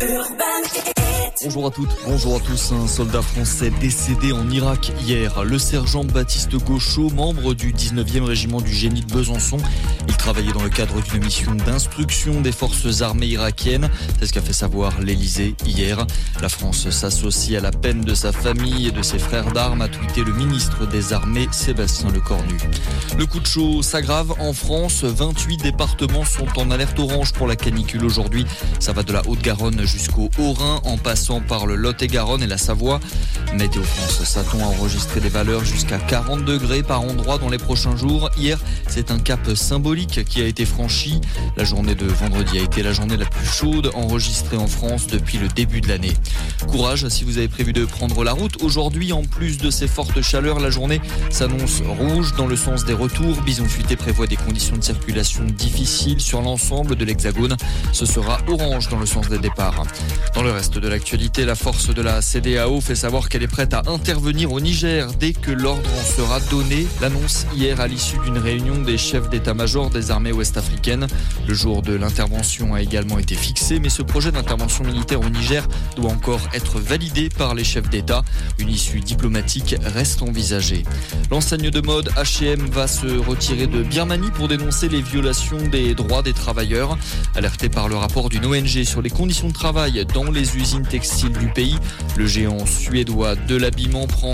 Bonjour à toutes, bonjour à tous. Un soldat français décédé en Irak hier. Le sergent Baptiste Gauchot, membre du 19e régiment du génie de Besançon. Il travaillait dans le cadre d'une mission d'instruction des forces armées irakiennes. C'est ce qu'a fait savoir l'Elysée hier. La France s'associe à la peine de sa famille et de ses frères d'armes, a tweeté le ministre des Armées, Sébastien Lecornu. Le coup de chaud s'aggrave en France. 28 départements sont en alerte orange pour la canicule aujourd'hui. Ça va de la Haute-Garonne jusqu'au Haut-Rhin, en passant par le Lot-et-Garonne et la Savoie. Météo France s'attend à enregistrer des valeurs jusqu'à 40 degrés par endroit dans les prochains jours. Hier, c'est un cap symbolique qui a été franchi. La journée de vendredi a été la journée la plus chaude enregistrée en France depuis le début de l'année. Courage si vous avez prévu de prendre la route. Aujourd'hui, en plus de ces fortes chaleurs, la journée s'annonce rouge dans le sens des retours. Bison Futé prévoit des conditions de circulation difficiles sur l'ensemble de l'Hexagone. Ce sera orange dans le sens des départs. Dans le reste de l'actualité, la force de la CEDEAO fait savoir qu'elle est prête à intervenir au Niger dès que l'ordre en sera donné. L'annonce hier à l'issue d'une réunion des chefs d'état-major des armées ouest-africaines. Le jour de l'intervention a également été fixé, mais ce projet d'intervention militaire au Niger doit encore être validé par les chefs d'État. Une issue diplomatique reste envisagée. L'enseigne de mode H&M va se retirer de Birmanie pour dénoncer les violations des droits des travailleurs. Alerté par le rapport d'une ONG sur les conditions de travail dans les usines textiles du pays, le géant suédois de l'habillement prend